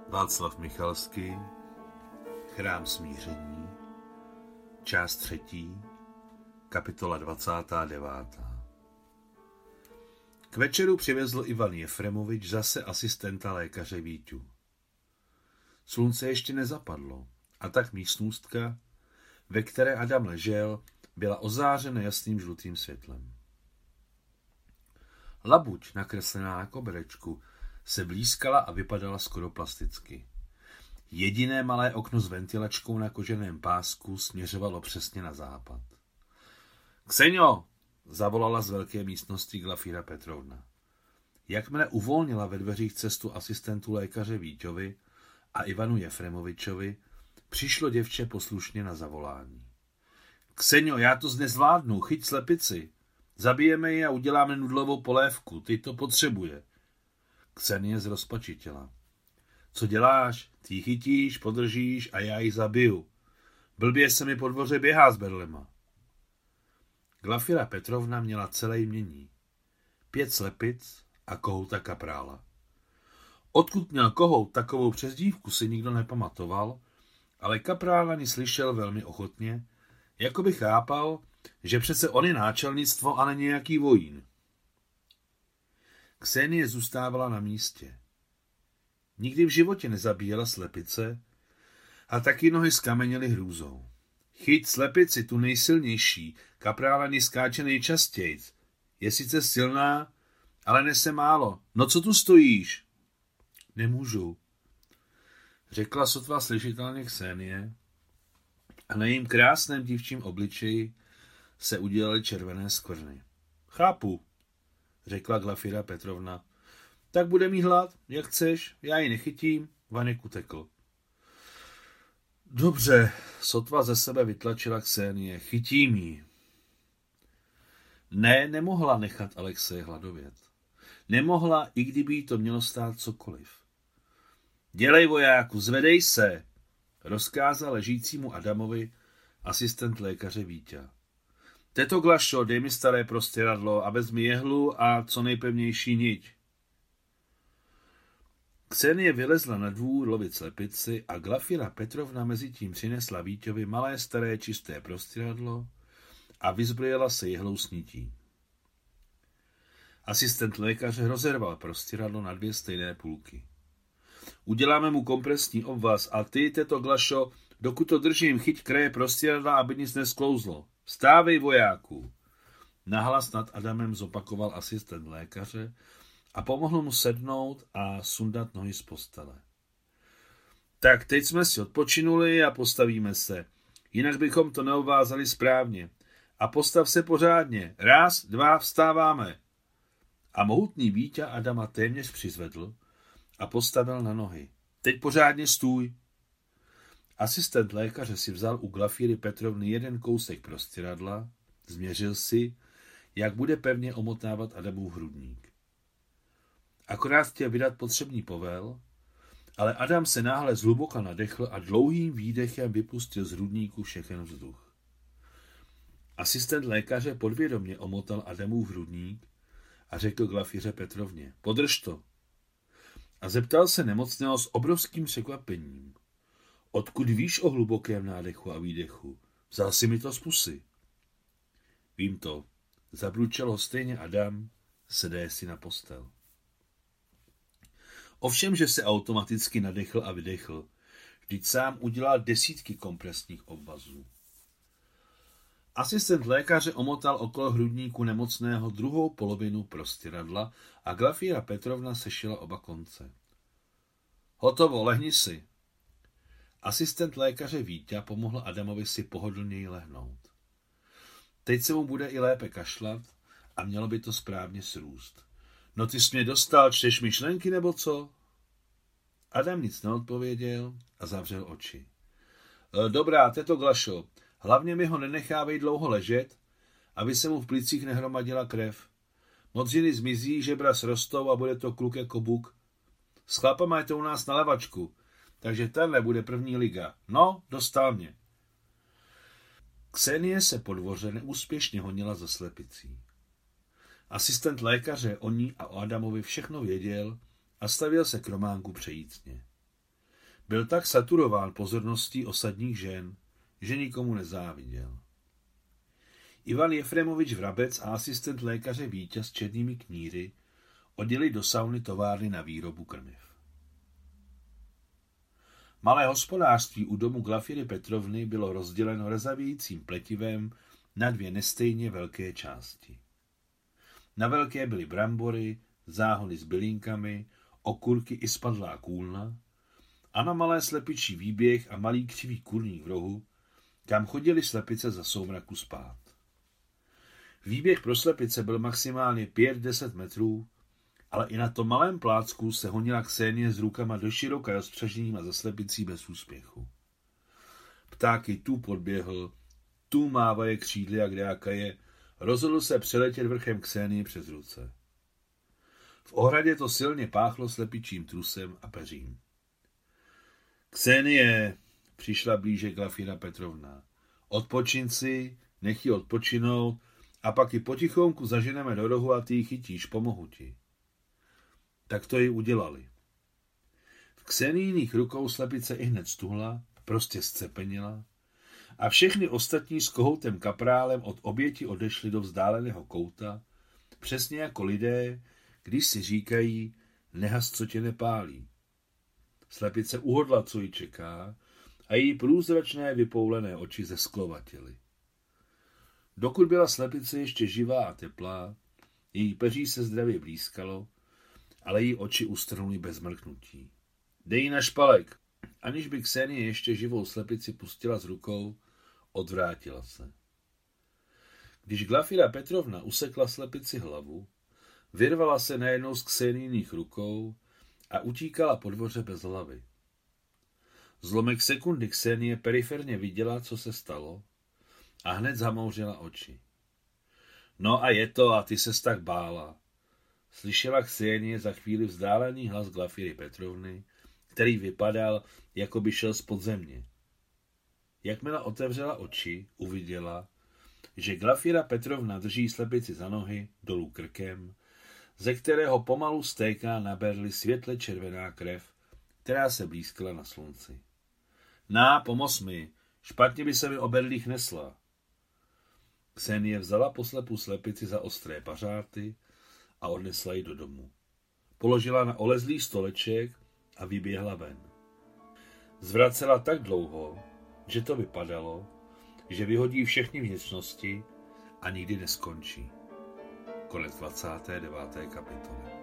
Václav Michalský, Chrám smíření, část 3, kapitola 29. K večeru přivezl Ivan Jefremovič zase asistenta lékaře Víťu. Slunce ještě nezapadlo a tak místnůstka, ve které Adam ležel, byla ozářena jasným žlutým světlem. Labuť, nakreslená na koberečku, se blízkala a vypadala skoro plasticky. Jediné malé okno s ventilačkou na koženém pásku směřovalo přesně na západ. Kseňo, zavolala z velké místnosti Glafira Petrovna. Jakmile uvolnila ve dveřích cestu asistentu lékaře Víťovi a Ivanu Jefremovičovi, přišlo děvče poslušně na zavolání. Kseňo, já to nezvládnu, chyť slepici. Zabijeme ji a uděláme nudlovou polévku, ty to potřebuje. Ksenie zrozpačitila. Co děláš? Ty ji chytíš, podržíš a já ji zabiju. Blbě se mi po dvoře běhá s berlema. Glafira Petrovna měla celé jmění. 5 slepic a kohouta kaprála. Odkud měl kohout takovou přezdívku, si nikdo nepamatoval, ale kaprál ani slyšel velmi ochotně, jako by chápal, že přece on je náčelnictvo a ne nějaký vojín. Ksenie zůstávala na místě. Nikdy v životě nezabíjela slepice a taky nohy skameněly hrůzou. Chyť slepici, tu nejsilnější, kaprál ani skáče nejčastějc. Je sice silná, ale nese málo. No co tu stojíš? Nemůžu, řekla sotva slyšitelně Ksenie a na jejím krásném dívčím obličeji se udělaly červené skvrny. Chápu, řekla Glafira Petrovna. Tak bude mít hlad, jak chceš, já ji nechytím, Vaněk utekl. Dobře, sotva ze sebe vytlačila Ksenie, chytím ji. Ne, nemohla nechat Alexeje hladovět. Nemohla, i kdyby jí to mělo stát cokoliv. Dělej, vojáku, zvedej se, rozkázal ležícímu Adamovi asistent lékaře Víťa. Teto Glašo, dej mi staré prostěradlo a vezmi jehlu a co nejpevnější niť. Ksenie vylezla na dvůr lovit slepici a Glafira Petrovna mezi tím přinesla Víťovi malé staré čisté prostěradlo a vyzbrojila se jehlou s nití. Asistent lékaře rozerval prostěradlo na 2 stejné půlky. Uděláme mu kompresní obvaz a ty, teto Glašo, dokud to držím, chyť kraje prostěradla, aby nic nesklouzlo. Vstávej, vojáku! Nahlas nad Adamem zopakoval asistent lékaře a pomohl mu sednout a sundat nohy z postele. Tak teď jsme si odpočinuli a postavíme se. Jinak bychom to neovázali správně. A postav se pořádně. 1, 2, vstáváme. A mohutný Víťa Adama téměř přizvedl a postavil na nohy. Teď pořádně stůj. Asistent lékaře si vzal u Glafíry Petrovny jeden kousek prostěradla, změřil si, jak bude pevně omotávat Adamův hrudník. Akorát chtěl vydat potřebný povel, ale Adam se náhle zhluboka nadechl a dlouhým výdechem vypustil z hrudníku všechen vzduch. Asistent lékaře podvědomě omotal Adamův hrudník a řekl Glafíře Petrovně, podrž to. A zeptal se nemocného s obrovským překvapením. Odkud víš o hlubokém nádechu a výdechu? Vzal si mi to z pusy. Vím to, zabručel ho stejně Adam, sedé si na postel. Ovšem, že se automaticky nadechl a vydechl, vždyť sám udělal desítky kompresních obvazů. Asistent lékaře omotal okolo hrudníku nemocného druhou polovinu prostěradla a Glafíra Petrovna sešila oba konce. Hotovo, lehni si. Asistent lékaře Víťa pomohl Adamovi si pohodlněji lehnout. Teď se mu bude i lépe kašlat a mělo by to správně srůst. No ty jsi mě dostal, čteš myšlenky nebo co? Adam nic neodpověděl a zavřel oči. Dobrá, teto Glašo, hlavně mi ho nenechávej dlouho ležet, aby se mu v plicích nehromadila krev. Modřiny zmizí, žebra srostou a bude to kluk jako buk. S chlapama je to u nás na levačku, takže tenhle bude první liga. No, dostal mě. Ksenie se po dvoře neúspěšně honila za slepicí. Asistent lékaře o ní a o Adamovi všechno věděl a stavěl se k Románku přejícně. Byl tak saturován pozorností osadních žen, že nikomu nezáviděl. Ivan Jefremovič Vrabec a asistent lékaře Víťaz s černými kníry odjeli do sauny továrny na výrobu krmiv. Malé hospodářství u domu Glafíry Petrovny bylo rozděleno rezavějícím pletivem na dvě nestejně velké části. Na velké byly brambory, záhony s bylinkami, okurky i spadlá kůlna a na malé slepičí výběh a malý křivý kurník v rohu, kam chodili slepice za soumraku spát. Výběh pro slepice byl maximálně 5-10 metrů, ale i na tom malém plácku se honila Ksenie s rukama doširoka rozpřaženýma za slepicí bez úspěchu. Ptáky tu podběhl, tu mávaje křídly a kdejáka je, rozhodl se přeletět vrchem Ksenie přes ruce. V ohradě to silně páchlo slepičím trusem a peřím. Ksenie, přišla blíže Glafíra Petrovna. Odpočin si, nech ji odpočinout a pak ji potichonku zaženeme do rohu a ty ji chytíš, pomohu ti. Tak to ji udělali. V Ksenijiných rukou slepice ihned stuhla, prostě zcepenila a všechny ostatní s kohoutem kaprálem od oběti odešli do vzdáleného kouta, přesně jako lidé, když si říkají, nehas, co tě nepálí. Slepice uhodla, co ji čeká, a její průzračné vypoulené oči zesklovatily. Dokud byla slepice ještě živá a teplá, její peří se zdravě blízkalo, ale její oči ustrnuly bez mrknutí. Dej ji na špalek. Aniž by Ksenie ještě živou slepici pustila z rukou, odvrátila se. Když Glafíra Petrovna usekla slepici hlavu, vyrvala se najednou z Ksenijiných rukou a utíkala po dvoře bez hlavy. Zlomek sekundy Ksenie periferně viděla, co se stalo, a hned zamouřila oči. No a je to, a ty ses tak bála. Slyšela Ksenie za chvíli vzdálený hlas Glafíry Petrovny, který vypadal, jako by šel z podzemně. Jakmile otevřela oči, uviděla, že Glafíra Petrovna drží slepici za nohy dolů krkem, ze kterého pomalu stéká na berli světle červená krev, která se blízkala na slunci. Ná, pomoz mi, špatně by se mi o berlích nesla. Ksenie vzala poslepu slepici za ostré pařáty a odnesla ji do domu. Položila na olezlý stoleček a vyběhla ven. Zvracela tak dlouho, že to vypadalo, že vyhodí všechny vnitřnosti a nikdy neskončí. Konec 29. kapitoly.